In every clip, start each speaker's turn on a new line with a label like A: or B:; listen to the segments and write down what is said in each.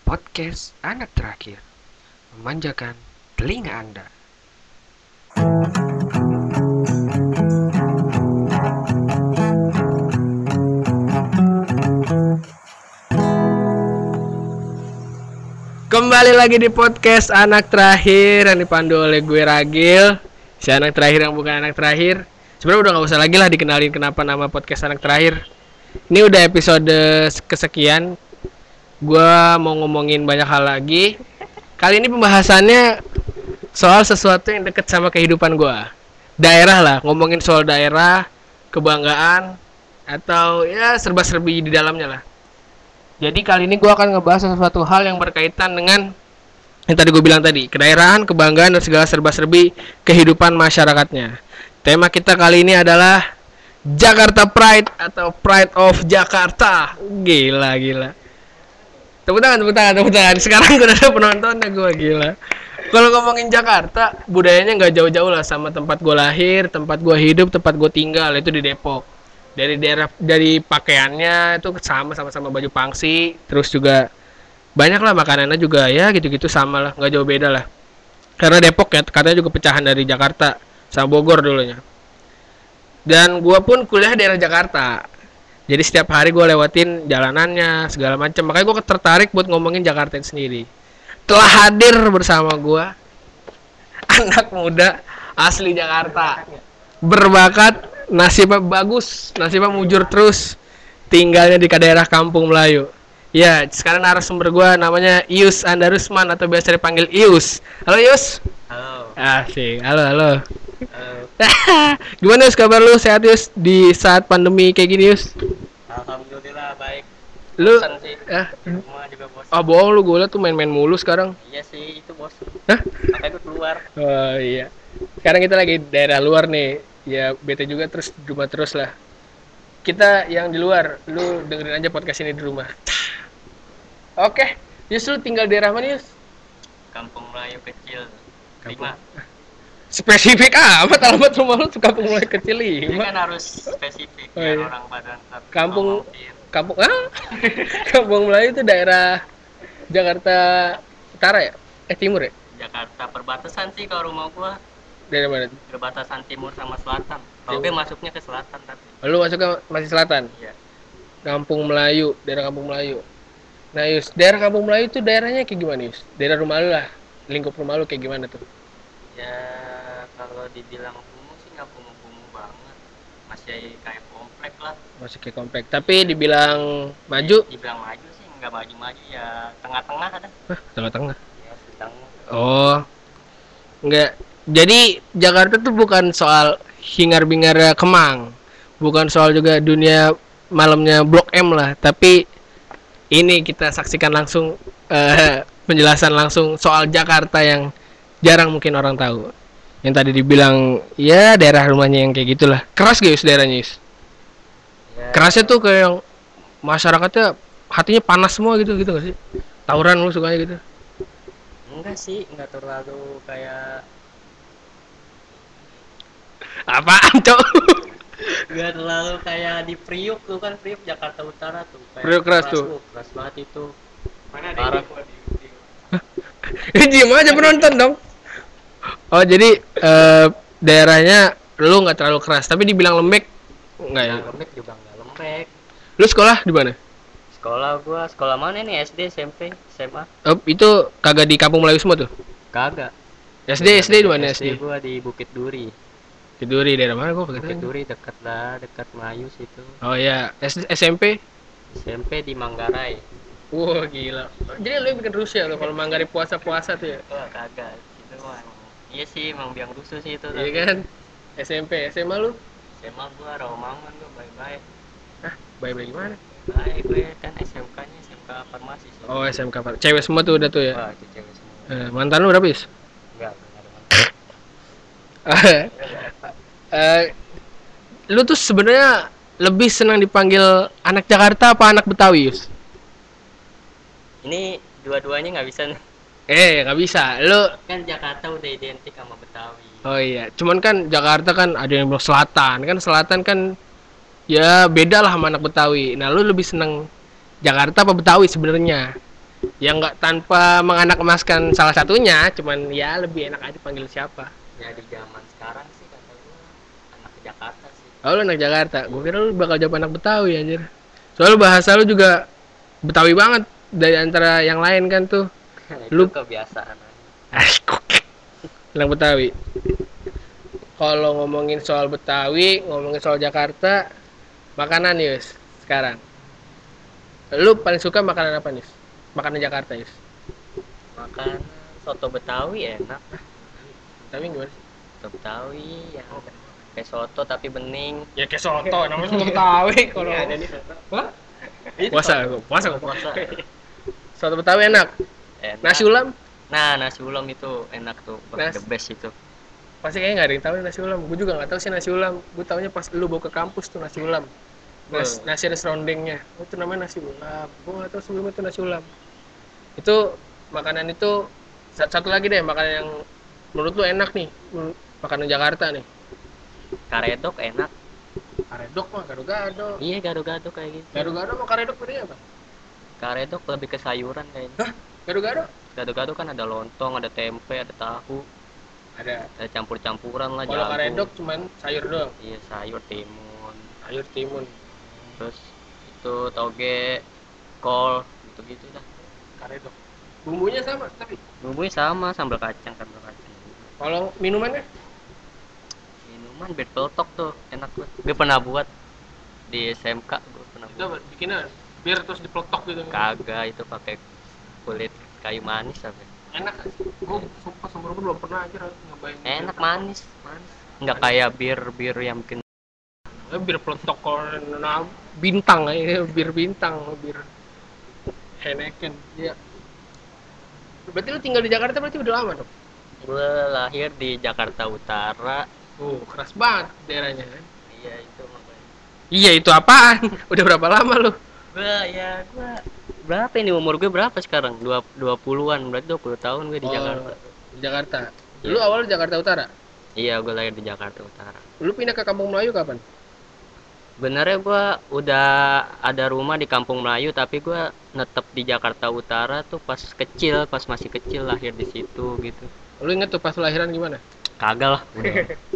A: podcast anak terakhir, memanjakan telinga Anda. Kembali lagi di podcast anak terakhir yang dipandu oleh gue Ragil, si anak terakhir yang bukan anak terakhir. Sebenarnya udah nggak usah lagi lah dikenalin kenapa nama podcast anak terakhir. Ini udah episode kesekian. Gue mau ngomongin banyak hal lagi. Kali ini pembahasannya soal sesuatu yang deket sama kehidupan gue. Daerah lah, ngomongin soal daerah, kebanggaan, atau ya serba-serbi di dalamnya lah. Jadi kali ini gue akan ngebahas sesuatu hal yang berkaitan dengan yang tadi gue bilang tadi, kedaerahan, kebanggaan, dan segala serba-serbi kehidupan masyarakatnya. Tema kita kali ini adalah Jakarta Pride atau Pride of Jakarta. Gila. Tepuk tangan. Sekarang gue ada penontonnya, gue gila. Kalau ngomongin Jakarta, budayanya nggak jauh-jauh lah sama tempat gue lahir, tempat gue hidup, tempat gue tinggal, itu di Depok. Dari pakaiannya itu sama-sama baju pangsi, terus juga banyak lah makanannya juga ya gitu-gitu sama lah, nggak jauh beda lah. Karena Depok ya katanya juga pecahan dari Jakarta sama Bogor dulunya. Dan gue pun kuliah di daerah Jakarta, jadi setiap hari gue lewatin jalanannya segala macam. Makanya gue tertarik buat ngomongin Jakarta itu sendiri. Telah hadir bersama gue anak muda asli Jakarta, berbakat, nasibnya bagus, nasibnya mujur terus, tinggalnya di daerah Kampung Melayu. Ya, sekarang narasumber gue namanya Ius Andarusman atau biasa dipanggil Ius. Halo Ius.
B: Halo.
A: Asik. Halo. Gimana Ius, kabar lu? Sehat Ius di saat pandemi kayak gini Ius?
B: Alhamdulillah baik.
A: Lu
B: Bosan sih. Rumah juga bosan.
A: Ah bohong lu, gue liat tuh main-main mulu sekarang.
B: Iya sih, itu bos.
A: Hah?
B: Makanya gue keluar.
A: Oh iya. Sekarang kita lagi di daerah luar nih. Ya bete juga terus di rumah terus lah. Kita yang di luar, lu dengerin aja podcast ini di rumah. Oke, Yus lu tinggal di daerah mana Yus?
B: Kampung Melayu kecil.
A: Kampung.
B: 5.
A: Spesifik amat alamat rumah lu tuh Kampung Melayu kecil
B: Ini
A: 5.
B: kan harus spesifik
A: Oh,
B: biar
A: iya.
B: orang pada ntar
A: Kampung-
B: ngomongin.
A: Kampung Melayu itu daerah Jakarta Utara ya? Timur ya?
B: Jakarta perbatasan sih kalau rumah gua.
A: Daerah mana?
B: Perbatasan timur sama selatan. Tapi masuknya ke selatan tapi.
A: Lu masuk ke masih selatan?
B: Iya.
A: Kampung Melayu, daerah Kampung Melayu. Nah Yus, daerah Kampung Melayu itu daerahnya kayak gimana Yus? Daerah rumah lu lah, lingkup rumah lu kayak gimana tuh?
B: Ya kalau dibilang kumuh sih nggak kumuh-kumuh banget. Masih kayak komplek lah.
A: Masih kayak komplek, tapi dibilang maju?
B: Dibilang maju sih nggak maju-maju ya tengah-tengah ada.
A: Hah, tengah-tengah.
B: Ya sedang.
A: Oh, enggak. Jadi Jakarta tuh bukan soal hingar-bingar Kemang, bukan soal juga dunia malamnya Blok M lah, tapi ini kita saksikan langsung penjelasan langsung soal Jakarta yang jarang mungkin orang tahu. Yang tadi dibilang ya daerah rumahnya yang kayak gitulah. Keras gak Yus daerahnya Yus?
B: Ya,
A: Kerasnya tuh kayak yang masyarakatnya hatinya panas semua gitu gak sih? Tawuran lu sukanya gitu?
B: enggak sih, enggak terlalu kayak
A: Apaan cok?
B: enggak terlalu kayak di Priuk tuh kan, Priuk Jakarta Utara tuh kayak
A: Priuk keras tuh.
B: keras banget itu.
C: Mana ada
B: Parah.
A: Ini diem aja penonton dong. Oh jadi daerahnya lu nggak terlalu keras, tapi dibilang lembek nggak ya?
B: Nah, lembek juga enggak lembek.
A: Lu sekolah di mana?
B: Sekolah mana nih, SD, SMP, SMA?
A: Oh, itu kagak di Kampung Melayu semua tuh?
B: Kagak.
A: SD di mana SD?
B: gua di Bukit Duri.
A: Tiduri daerah mana gua
B: Bukit
A: kagak tahu.
B: Duri dekat Melayu situ.
A: Oh iya, SMP?
B: SMP di Manggarai.
A: Wah gila. Jadi lu yang bikin Rusia lo kalau Manggarai puasa tuh ya?
B: Wah, kagak. Itu mah emang- iya sih, emang biang rusuh sih itu.
A: Iya kan? SMP, SMA lu?
B: SMA gua Rawamangun gua baik-baik.
A: Hah, baik-baik gimana?
B: Baik gue kan SMK-nya SMK farmasi sih.
A: Oh SMK, cewek semua tuh udah tuh ya?
B: Wah, itu cewek semua.
A: Mantan lu berapa Is?
B: Enggak ada mantan.
A: Lu tuh sebenarnya lebih senang dipanggil anak Jakarta apa anak Betawi Yus?
B: Ini dua-duanya nggak bisa nih.
A: Nggak bisa. Lu
B: Kan Jakarta udah identik sama Betawi.
A: oh iya, cuman kan Jakarta kan ada yang bilang selatan. Kan selatan kan ya beda lah sama anak Betawi. Nah, lu lebih seneng Jakarta apa Betawi sebenarnya? Ya nggak tanpa menganak emaskan salah satunya, cuman ya lebih enak aja panggil siapa.
B: Ya di zaman sekarang sih kata gua anak Jakarta sih.
A: Oh lu anak Jakarta, gue kira lu bakal jawab anak Betawi anjir. Soalnya bahasa lu juga Betawi banget dari antara yang lain kan tuh.
B: Itu
A: Lu
B: kebiasaan.
A: anak Betawi. Kalau ngomongin soal Betawi, ngomongin soal Jakarta, makanan Yus sekarang. Lu paling suka makanan apa nih? Makanan Jakarta Yus.
B: Makanan soto Betawi enak.
A: Tapi gimana sih?
B: Soto Betawi yang kayak soto tapi bening.
A: Ya kayak soto, namanya soto Betawi kalau.
B: Iya, ada nih soto.
A: Hah?
B: Itu
A: Puasa,
B: soto.
A: puasa,
B: Puasa.
A: Soto Betawi enak.
B: Enak.
A: Nasi ulam
B: Nah, nasi ulam itu enak tuh, the best itu.
A: pasti kayaknya nggak ada yang tahu nih nasi ulam. Gue juga nggak tahu sih nasi ulam. Gue taunya pas lu bawa ke kampus tuh nasi ulam. Nasi ada serondengnya. Oh, itu namanya nasi ulam. Gue nggak tahu sebelumnya itu nasi ulam. Itu makanan itu satu lagi deh makanan yang menurut lu enak nih. Makanan Jakarta nih.
B: Karedok enak.
A: Karedok mah gado-gado.
B: Iya, gado-gado kayak gitu.
A: Gado-gado sama karedok bedanya apa?
B: Karedok lebih ke sayuran kayaknya.
A: Hah? Gado-gado?
B: Gado-gado kan ada lontong, ada tempe, ada tahu.
A: Ada.
B: Ada campur-campuran lah,
A: Kalau
B: jagung.
A: karedok cuman sayur doang.
B: Iya, sayur timun.
A: Sayur timun.
B: Terus itu toge, kol, gitu-gitu dah.
A: Karedok. Bumbunya sama tapi.
B: Bumbunya sama, sambal kacang.
A: Kalau minumannya?
B: Minuman bir peletok tuh, enak banget. Gue pernah buat di SMK, gue pernah
A: Itu
B: buat.
A: bikinnya biar terus dipeletok gitu.
B: Kagak, itu pakai kulit kayu manis apa.
A: Enak gak sih? Gue sumpah seumur gue belum pernah aja nyobain.
B: Enak, manis. Nggak kayak bir yang bikin.
A: Bir peletok kalau bintang aja, bir bintang, bir Heineken. Iya. Berarti lu tinggal di Jakarta berarti udah lama dong?
B: Gue lahir di Jakarta Utara.
A: Keras banget daerahnya kan?
B: Iya, itu makanya.
A: Iya, itu apaan? Udah berapa lama lu?
B: Gue berapa ini umur gue berapa sekarang? 20-an, berarti 20 tahun gue di Jakarta.
A: Di Jakarta.
B: Iya.
A: Lu awal di Jakarta Utara?
B: Iya, gue lahir di Jakarta Utara.
A: Lu pindah ke Kampung Melayu kapan?
B: Benernya gue udah ada rumah di Kampung Melayu, tapi gue netep di Jakarta Utara tuh pas kecil, pas masih kecil lahir di situ gitu.
A: Lu inget tuh pas lahiran gimana?
B: Kagak lah, udah.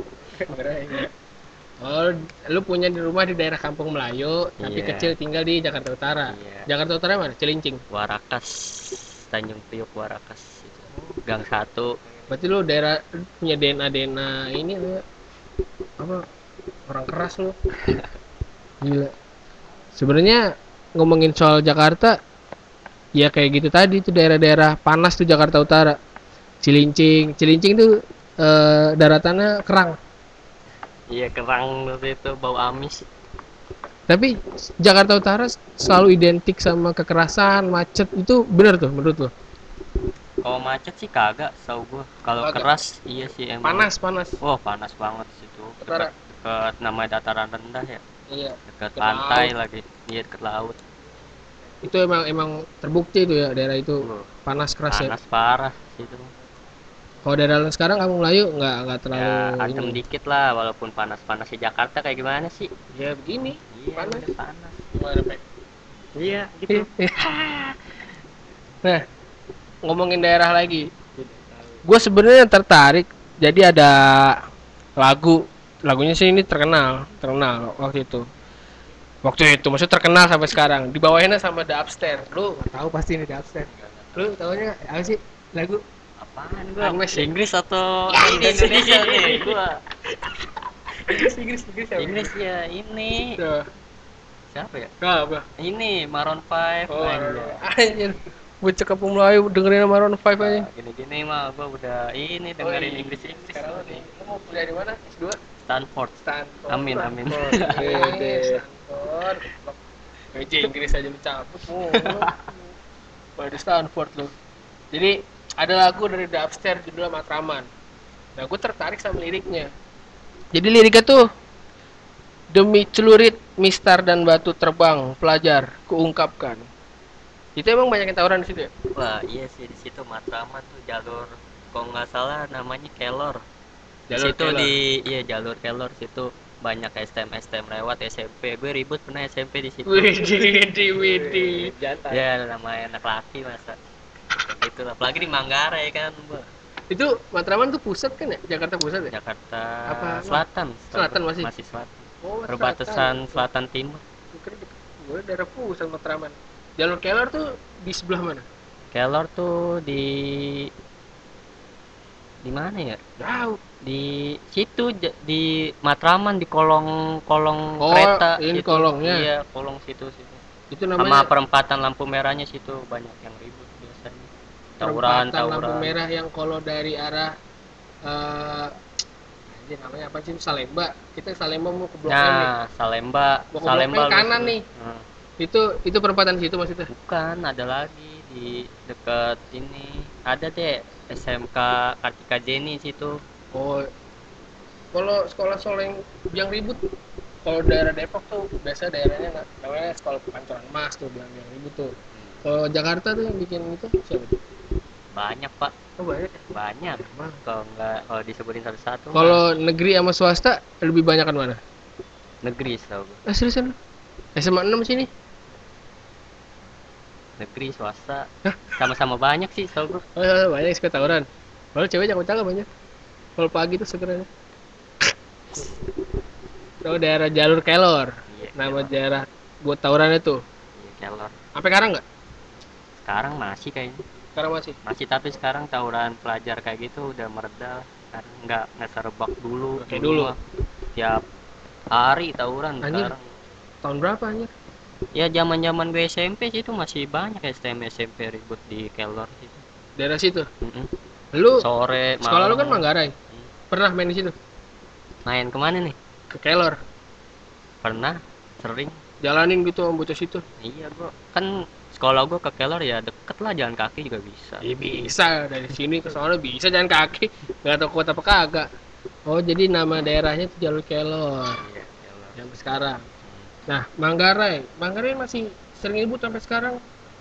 A: Oh, lu punya di rumah di daerah Kampung Melayu, tapi
B: Iya.
A: kecil tinggal di Jakarta Utara.
B: Iya.
A: Jakarta Utara mana? Cilincing.
B: Warakas, Tanjung Priok Warakas itu. Gang 1.
A: Berarti lu daerah punya DNA ini lu ya? Apa? Orang keras lu. Gila. Sebenarnya ngomongin soal Jakarta, ya kayak gitu tadi tuh daerah-daerah panas tuh Jakarta Utara. Cilincing tuh daratannya kerang.
B: Iya, kerang waktu itu bau amis.
A: Tapi Jakarta Utara selalu identik sama kekerasan, macet. Itu benar tuh menurut lo?
B: Kalau macet sih kagak, tau gua. Kalau
A: Kagak.
B: keras iya sih emang.
A: Panas.
B: Wah, panas banget situ.
A: Utara.
B: Dekat namanya dataran rendah ya.
A: Iya.
B: Dekat
A: Ke
B: pantai
A: laut.
B: lagi. Iya, dekat laut.
A: Itu emang terbukti itu ya daerah itu
B: Wah,
A: panas keras ya.
B: panas parah situ.
A: Kalau daerah lu sekarang Kampung Melayu nggak terlalu
B: Ya, adem
A: ini.
B: dikit lah, walaupun panas-panas di Jakarta kayak gimana sih?
A: Ya begini.
B: Iya,
A: Panas.
B: udah panas.
A: Gimana, Pak?
B: Iya, gitu.
A: Nah, ngomongin daerah lagi. Gue sebenarnya tertarik. Jadi ada lagunya sih ini terkenal waktu itu. Maksudnya terkenal sampai sekarang. Dibawainnya sama The Upstairs. Lu nggak tahu pasti ini The Upstairs. Lu tahunya apa sih lagu?
B: Apaan gua?
A: Unmesh ya?
B: Inggris atau ini Indonesia nih gua?
A: Inggris apa?
B: Inggris ya ini.
A: Tuh.
B: Siapa ya?
A: Apa?
B: Ini Maroon 5.
A: Oh,
B: Anjay.
A: anjir. Bocah Kampung Melayu dengerin Maroon 5 aja.
B: Gini-gini mah gua udah ini dengerin Inggris.
A: Sekarang nih, lu mau kuliah di mana? S2?
B: Stanford.
A: Stanford.
B: Amin.
A: Stanford. Meja Inggris aja lu cabut. Mau di Stanford lu. Jadi ada lagu dari The Upstairs judulnya Matraman. Nah, gue tertarik sama liriknya. Jadi liriknya tuh demi celurit, mistar dan batu terbang, pelajar, kuungkapkan. Itu emang banyak yang tawuran di situ ya?
B: Wah, iya sih di situ Matraman tuh jalur kalau nggak salah namanya Kelor. Di
A: Jalur
B: situ
A: Kelor.
B: jalur Kelor situ banyak STM lewat SMP. Gue ribut pernah SMP di situ.
A: Widih.
B: Ya namanya anak laki masa kayak gitu lah. Apalagi di Manggarai kan, Mbak.
A: Itu Matraman tuh pusat kan ya? Jakarta pusat ya?
B: Jakarta
A: Apa?
B: Selatan.
A: Selatan masih?
B: Masih selatan.
A: Oh,
B: Perbatasan selatan timur.
A: Gue daerah pusat Matraman. Jalur Kelor tuh di sebelah mana?
B: Kelor tuh di mana ya?
A: Jauh.
B: Di situ di Matraman, di kolong
A: Oh,
B: kereta
A: ini
B: situ.
A: kolongnya.
B: Iya, kolong situ.
A: Itu
B: Sama
A: namanya
B: perempatan lampu merahnya situ banyak yang ribut biasanya.
A: perempatan lampu
B: Tawuran.
A: merah yang kalau dari arah anjir namanya apa sih? Salemba. Kita Salemba mau ke Blok M nih.
B: Nah, Salemba,
A: Mau ke Blok M kanan
B: lurus.
A: nih. Itu perempatan situ maksudnya.
B: Bukan, ada lagi di dekat ini. Ada deh SMK Kartika Jenny situ.
A: Oh, kalau sekolah yang ribut, kalau daerah Depok tuh biasa daerahnya namanya sekolah Pancoran Mas tuh yang ribut tuh. Kalau Jakarta tuh yang bikin itu siapa tuh?
B: Banyak, Pak.
A: Oh banyak.
B: Banyak. Kalau disebutin satu-satu.
A: Kalau negeri sama swasta lebih banyak kan mana?
B: Negeri setahu gue.
A: Seriusan? SMA 6 sini?
B: Negeri, swasta. Sama-sama banyak sih setahu gue.
A: Oh, banyak suka tawuran. Kalau cewek cakep-cakep banyak. Kalau pagi tuh segeranya. Oh, daerah jalur Kelor.
B: Iya,
A: Nama
B: Kelor.
A: daerah buat tawuran itu.
B: Iya, Kelor.
A: Sampai sekarang nggak?
B: Sekarang masih kayaknya.
A: Sekarang masih.
B: Masih, tapi sekarang tawuran pelajar kayak gitu udah mereda. Karena nggak serebak dulu.
A: Kayak dulu.
B: Mah tiap hari tawuran.
A: Anjir.
B: Sekarang.
A: Tahun berapa anjir?
B: Ya zaman gue SMP sih itu masih banyak STM SMP ribut di Kelor situ.
A: Daerah situ.
B: Mm-mm.
A: Lu
B: Sore,
A: sekolah lu
B: malam.
A: kan Manggarai. Pernah main di situ?
B: Main kemana nih?
A: Ke Kelor.
B: Pernah, sering.
A: Jalanin gitu sama bocah situ.
B: Iya, gua kan sekolah gua ke Kelor ya deket lah, jalan kaki juga bisa.
A: Ya bisa dari sini ke sana bisa jalan kaki. Nggak tahu kuat apa kagak. Oh jadi nama daerahnya itu jalur Kelor.
B: Iya, Kelor.
A: Sampai sekarang. Nah Manggarai masih sering ribut sampai sekarang.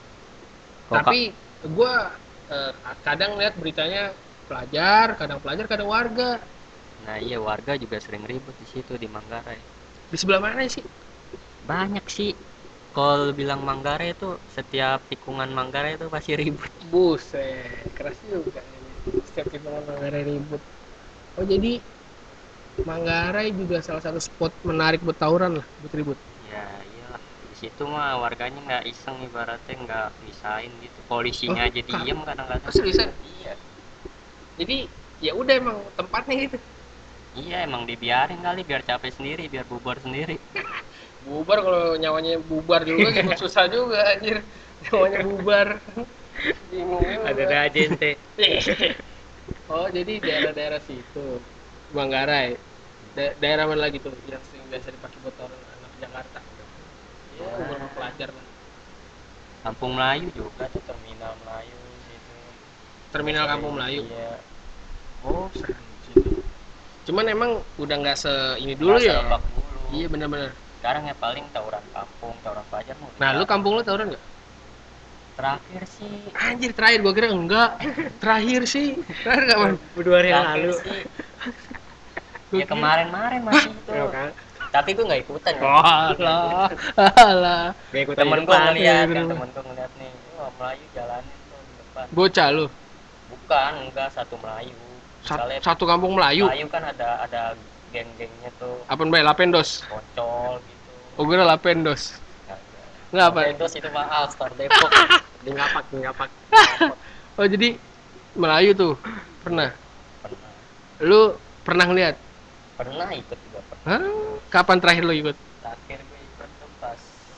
A: Tapi gua kadang lihat beritanya kadang pelajar, kadang warga.
B: Nah iya, warga juga sering ribut di situ di Manggarai.
A: Di sebelah mana sih?
B: Banyak sih. Kalau bilang Manggarai itu setiap tikungan Manggarai itu pasti ribut.
A: Buset, keras juga ini. Setiap kita Manggarai ribut. Oh jadi Manggarai juga salah satu spot menarik buat tawuran lah, buat ribut.
B: Ya iyalah, di situ mah warganya nggak iseng, ibaratnya nggak misahin gitu. Polisinya aja diem kadang-kadang.
A: Oh, seriusan?
B: Iya.
A: Jadi ya udah emang tempatnya gitu.
B: Iya, emang dibiarin kali biar capek sendiri, biar bubar sendiri.
A: Bubar kalau nyawanya bubar juga juga susah juga anjir. Nyawanya bubar. Bingung juga.
B: Ada aja ente.
A: Oh, jadi daerah-daerah situ. Manggarai. Daerah mana lagi tuh yang sering biasa dipakai buat orang anak Jakarta? Ya, beberapa pelajar lah.
B: Kampung Melayu juga tuh, terminal Melayu gitu.
A: Terminal Kampung Melayu.
B: Iya.
A: Oh, sering situ. Cuman emang udah nggak ini dulu
B: Nggak
A: ya?
B: serebak dulu.
A: Iya benar-benar.
B: Sekarang ya paling tawuran kampung, tawuran pelajar mau.
A: Nah, lu kampung lu tawuran nggak?
B: Terakhir sih.
A: Anjir, terakhir gua kira enggak. Terakhir sih. Terakhir nggak man? 2 hari yang
B: Terakhir
A: lalu.
B: sih. Ya kemarin masih itu. Tapi gue nggak ikutan ya.
A: Alah.
B: Gak ikutan. Temen gue ngeliat nih. Wah, Melayu jalanin tuh di depan.
A: Bocah lu.
B: Bukan, enggak, satu Melayu. Misalnya
A: Satu kampung Melayu.
B: Melayu kan ada geng-gengnya tuh.
A: Apaan bae Lapendos?
B: Pocol gitu.
A: Oh, gue Lapendos. Enggak apa?
B: Lapendos itu mahal, Star Depok. di ngapak.
A: Oh, jadi Melayu tuh. Pernah.
B: Pernah.
A: Lu pernah ngeliat?
B: Pernah ikut juga pernah.
A: Hah? Kapan terakhir lu ikut?
B: Terakhir gue ikut tuh pas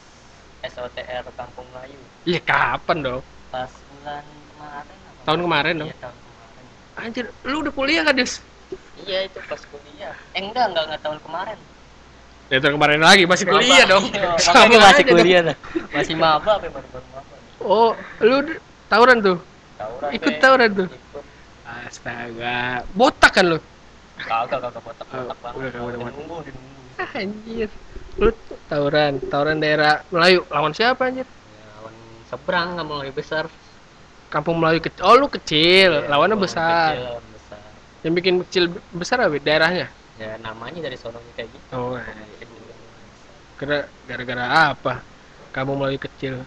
B: SOTR Kampung Melayu.
A: Iya, kapan dong?
B: Pas bulan kemarin.
A: Tahun kemarin dong?
B: Iya, tahun kemarin.
A: Anjir, lu udah kuliah kan, Des?
B: Iya, itu pas kuliah. Enggak tahun kemarin.
A: Ya, tahun kemarin lagi, masih kuliah dong.
B: Sama masih
A: aja
B: kuliah
A: dong.
B: dah. Masih maba, baru maba.
A: Oh, lu tawuran tuh?
B: Tawuran.
A: Ikut tawuran tuh?
B: Ikut.
A: Astaga. Botak kan lu?
B: Kagak botak banget.
A: Udah,
B: Nunggu.
A: Anjir. Lu tuh tawuran daerah Melayu. Lawan siapa anjir?
B: Ya, lawan seberang, Kampung Melayu besar.
A: Kampung Melayu kecil. Oh, lu kecil.
B: Ya,
A: lawannya
B: lawan
A: besar.
B: kecil, besar.
A: Yang bikin kecil besar apa daerahnya?
B: Ya namanya dari sononya kayak gitu.
A: Oh, kira gara-gara apa kamu Melayu kecil.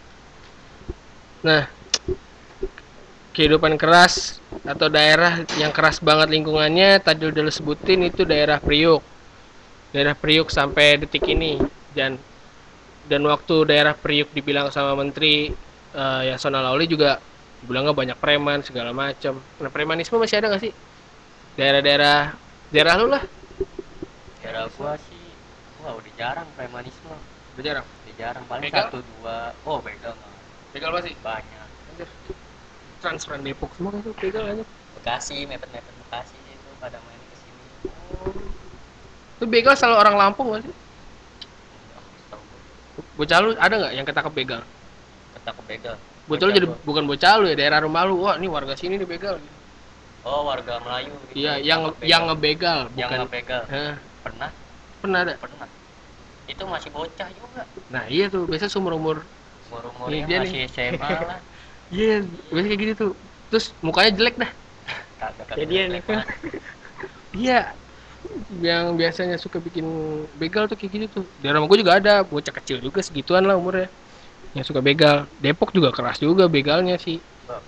A: Nah, kehidupan keras atau daerah yang keras banget lingkungannya tadi udah lu sebutin itu daerah Priuk. Daerah Priuk sampai detik ini, dan waktu daerah Priuk dibilang sama menteri Yasona Lawli juga dibilangnya banyak preman segala macam. Nah, premanisme masih ada nggak sih daerah lu lah?
B: Daerah gua sih, wah udah jarang premanisme.
A: Udah jarang.
B: Udah jarang, paling
A: Begal?
B: satu dua. Oh begal mah
A: Begal masih
B: banyak.
A: anjir. Transferan Depok semua kan tuh begal aja.
B: Bekasi, mepet-mepet Bekasi itu pada main ke sini.
A: Tuh begal selalu orang Lampung nggak sih?
B: Tahu gua,
A: Bocah lu ada nggak yang ketangkep begal?
B: ketangkep begal.
A: Bocah lu jadi bukan bocah lu ya, daerah rumah lu. Wah, ini warga sini nih begal.
B: Oh warga Melayu gitu.
A: Iya,
B: ketangkep begal.
A: yang ngebegal,
B: Yang
A: bukan.
B: ngebegal.
A: Hah,
B: Pernah,
A: pernah ada.
B: pernah. Itu masih bocah juga.
A: Nah, iya tuh, biasa seumur-umur.
B: Umur-umurnya
A: Ini dia
B: masih
A: nih.
B: SMA lah.
A: Iya, biasa kayak gitu tuh. Terus mukanya jelek dah.
B: Kagak
A: Jadian nih kan. Iya, yang biasanya suka bikin begal tuh kayak gitu tuh. Di rumah gue juga ada bocah kecil juga segituan lah umurnya yang suka begal. Depok juga keras juga begalnya sih.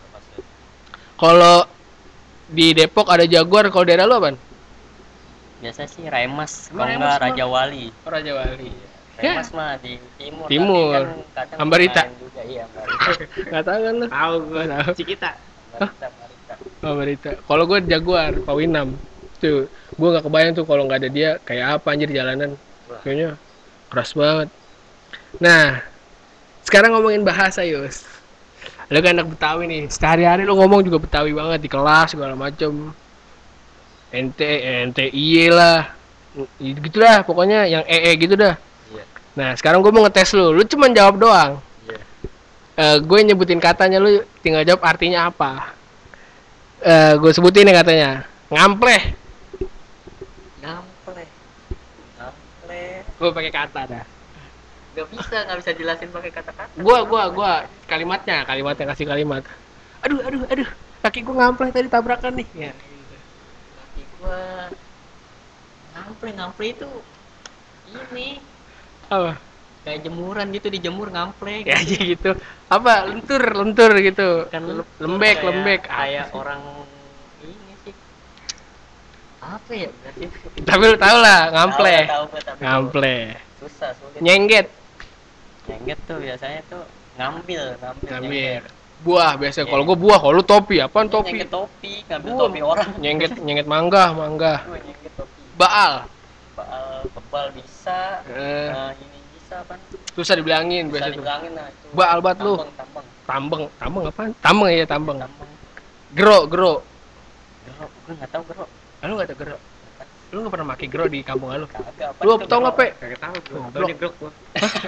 A: Kalau di Depok ada Jaguar, kalau daerah lu apaan?
B: Biasa sih Remas,
A: Emang
B: kalau
A: Remas
B: enggak
A: mah?
B: Raja Wali.
A: Oh, Raja Wali.
B: Remas mah di timur,
A: Timur.
B: tapi kan kadang
A: Ambarita.
B: main juga, iya Ambarita.
A: Nggak tahu kan lu?
C: Tahu gua
A: Tahu.
C: Cikita.
B: Ambarita.
A: Oh, berita. Kalau gue Jaguar, Pawinam. Tuh, gue nggak kebayang tuh kalau nggak ada dia kayak apa anjir jalanan.
B: Wah.
A: Kayaknya keras banget. Nah, sekarang ngomongin bahasa, Yus. Lu kan anak Betawi nih. Sehari-hari lu ngomong juga Betawi banget di kelas segala macem. Ente iye lah. Gitu dah, pokoknya yang gitu dah.
B: Iya.
A: Nah, sekarang gue mau ngetes lu. Lu cuma jawab doang.
B: Iya.
A: Gue nyebutin katanya, lu tinggal jawab artinya apa. Gue sebutin ya katanya. Ngampleh.
B: Ngample. Ngample.
A: Gue pakai kata dah.
B: Nggak bisa jelasin pakai kata-kata.
A: Gua kalimatnya kasih kalimat. Aduh. Kaki gue ngampleh tadi tabrakan nih. Ya.
B: Kaki gua ngample itu ini
A: Apa?
B: kayak jemuran gitu, dijemur ngample
A: Ya aja gitu. Apa? Lentur gitu.
B: Kan
A: Lembek.
B: kayak orang ini sih, apa ya berarti.
A: Tapi lu tau lah, ngampleh.
B: Tahu gua, tapi
A: Ngampleh.
B: susah sulit.
A: Nyengget.
B: Nyengget tuh biasanya tuh ngambil.
A: Ngambil. Buah biasa. Kalau gua buah, kalau lu topi. Apaan topi?
B: Nyengget topi, ngambil
A: Buah.
B: topi orang.
A: Nyengget mangga.
B: Gua nyengget topi.
A: Baal.
B: Kebal bisa, ini bisa apa?
A: Susah dibilangin
B: Bisa
A: biasa tuh.
B: dibilangin lah itu.
A: Baal bat lu.
B: Tambeng.
A: Apaan? Tambeng ya, tambeng.
B: Tambeng.
A: Gero.
B: Gerok, gue nggak tahu gerok.
A: Lu enggak tahu gero? Lu enggak pernah pakai gero di kampung lu?
B: Kagak. Apa
A: Lu
B: itu
A: tau
B: gerok?
A: nggak, Pe?
C: Kagak tahu gua.
A: Goblok.
C: Taunya grok gua.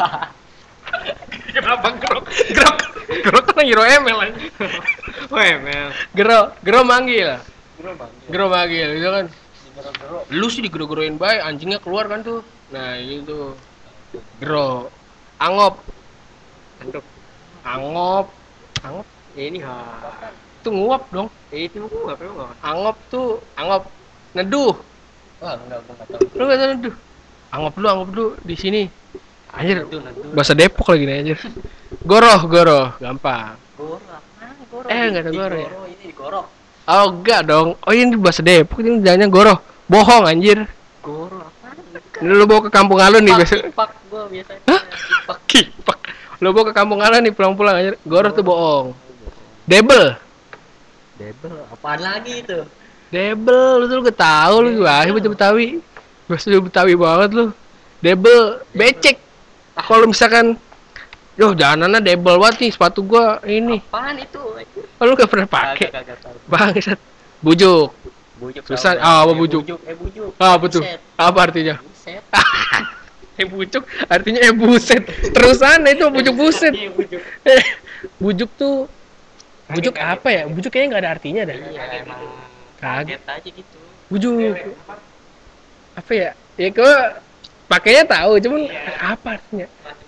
A: Kenapa gerok? Gerok kan hero ML aja.
C: Weh, Mel.
A: Gero manggil.
B: Gerok bang.
A: Gero manggil itu kan.
B: Gerok.
A: Lu sih digero-geroin baik, anjingnya keluar kan tuh. Nah, itu. Gero. Angop.
C: Untuk
A: Angop.
C: ini ha.
A: Itu nguap dong.
C: Itu gua enggak tahu.
A: Angop tuh, angop. Neduh.
B: Wah, enggak, gue nggak tahu.
A: Lu enggak tahu neduh. Angop dulu di sini. Anjir,
B: Neduh.
A: bahasa Depok lagi nih anjir. Goroh, gampang.
B: Goro apaan? Goro.
A: Nggak tahu goro ya?
B: Ini digorok.
A: Oh, enggak dong. Oh, ini bahasa Depok, ini jangan goroh. Bohong anjir.
B: Goro apaan?
A: Ini lu bawa ke kampung Alun nih biasa.
B: Kipak gue biasanya.
A: Hah?
B: Kipak.
A: Kipak. Lu bawa ke kampung Alun nih pulang-pulang anjir. Goroh tuh bohong. Debel.
B: Debel. Apaan lagi itu?
A: Debel, lu tuh gak tahu lu gimana sih bahasa Betawi. Bahasa Betawi banget lu. Debel, becek. Kalau misalkan yo jalanannya debel banget nih sepatu gua ini.
B: Apaan itu?
A: Oh, lu gak pernah pakai.
B: Kagak tahu.
A: Bangsat. Bujuk.
B: Bujuk.
A: Susah.
B: tahu.
A: Apa bujuk?
B: Bujuk.
A: Ah, betul.
B: Buset.
A: Apa artinya?
B: Buset.
A: Bujuk artinya buset. Terusan itu bujuk buset.
B: Iya, bujuk.
A: Bujuk tuh bujuk apa ya? Bujuk kayaknya nggak ada artinya dah.
B: Iya, emang
A: Kaget.
B: kaget aja gitu.
A: Bujuk. Apa ya? Ya gua pakainya tahu, cuman apa artinya?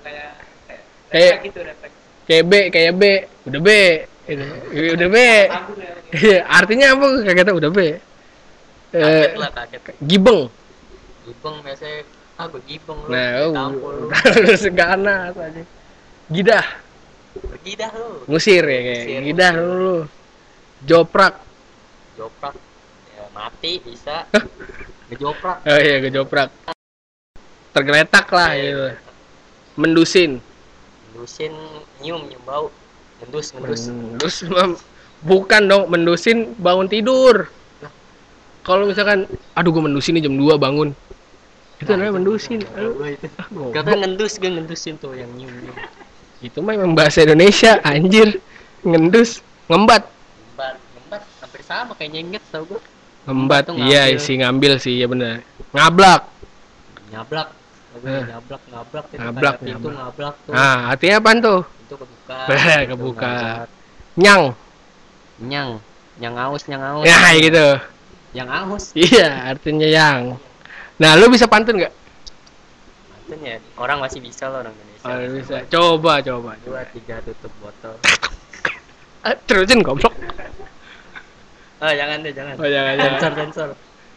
A: Kayak B, udah B. Gitu. Udah B. Iya, artinya apa? Kagak tahu udah B.
B: Kaget lah, kaget.
A: Gibeng.
B: Gibeng biasanya begibeng lu.
A: Nah,
B: Tampol lu.
A: segana aja. Gidah.
B: Pergi dah lu.
A: Ngusir ya kayak.
B: Ngusir,
A: Gidah
B: ngusir.
A: lu. Joprak.
B: Joprak. Ya mati bisa. Ngejoprak.
A: Oh iya, gejoprak. Tergeletak lah gitu. Mendusin.
B: Mendusin nyium bau. Ngendus.
A: Mendus bukan dong, mendusin bangun tidur. Kalau misalkan aduh gue mendusin nih jam 2 bangun. Itu namanya mendusin.
B: Katanya ngendusin tuh yang nyium.
A: Itu mah emang bahasa Indonesia, anjir. Ngendus, ngembat.
B: Ngembat hampir sama kayak nyenget tau gua.
A: Ngembat,
B: tuh
A: iya
B: ngambil.
A: sih ngambil sih, ya benar. Ngablak.
B: Nyablak. Ngablak itu
A: Ngablak,
B: kayak pintu
A: ngablak.
B: ngablak tuh.
A: Nah, artinya apaan tuh?
B: Pintu kebuka.
A: Kebuka.
B: Ngablak.
A: Nyang.
B: Nyang aus.
A: Ya, gitu.
B: Yang aus.
A: Iya, artinya yang. Nah, lu bisa pantun nggak?
B: Maksudnya orang masih bisa loh orang Indonesia.
A: Oh, bisa. Coba.
B: 2, 3 tutup botol.
A: Terusin goblok.
B: Jangan.
A: Oh, jangan.
B: Sensor.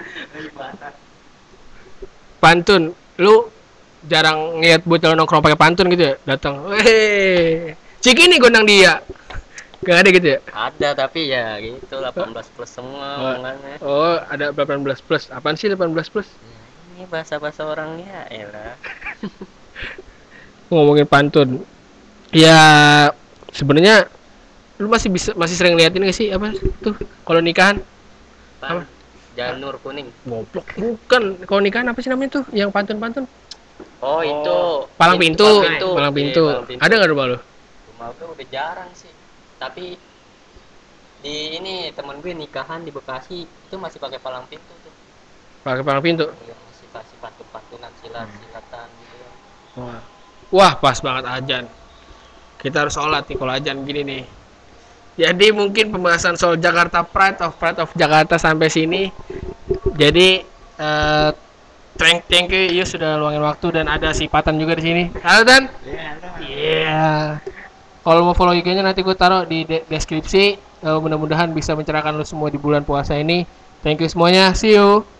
A: Pantun, lu jarang ngeliat bocah nongkrong pakai pantun gitu ya? Datang, weh, cik ini gondang dia. Gak ada gitu ya?
B: Ada tapi ya gitu 18 plus semua omongannya.
A: Oh, ada 18 plus. Apaan sih 18 plus?
B: Ini bahasa orangnya elah.
A: Ngomongin pantun. Ya, sebenarnya lu masih sering liatin gak sih apa tuh kalau nikahan? Apa?
B: Janur kuning.
A: Goblok. Bukan. Kalau nikahan apa sih namanya tuh? Yang pantun-pantun?
B: Oh, itu
A: Palang pintu.
B: Palang pintu.
A: Ada nggak rumah lu?
B: Rumah gue udah jarang sih. Tapi di ini temen gue nikahan di Bekasi itu masih pakai palang pintu tuh.
A: Pakai palang pintu.
B: Iya, masih kasih pantun-pantunan silatan gitu.
A: Wah, pas banget azan. Kita harus sholat nih kalau azan gini nih. Jadi mungkin pembahasan soal Jakarta Pride of Jakarta sampai sini. Jadi thank you Yus sudah luangin waktu dan ada si Patan juga di sini. Halo Tan. Iya. Kalau mau follow IG-nya nanti gue taruh di deskripsi. Mudah-mudahan bisa mencerahkan lu semua di bulan puasa ini. Thank you semuanya. See you.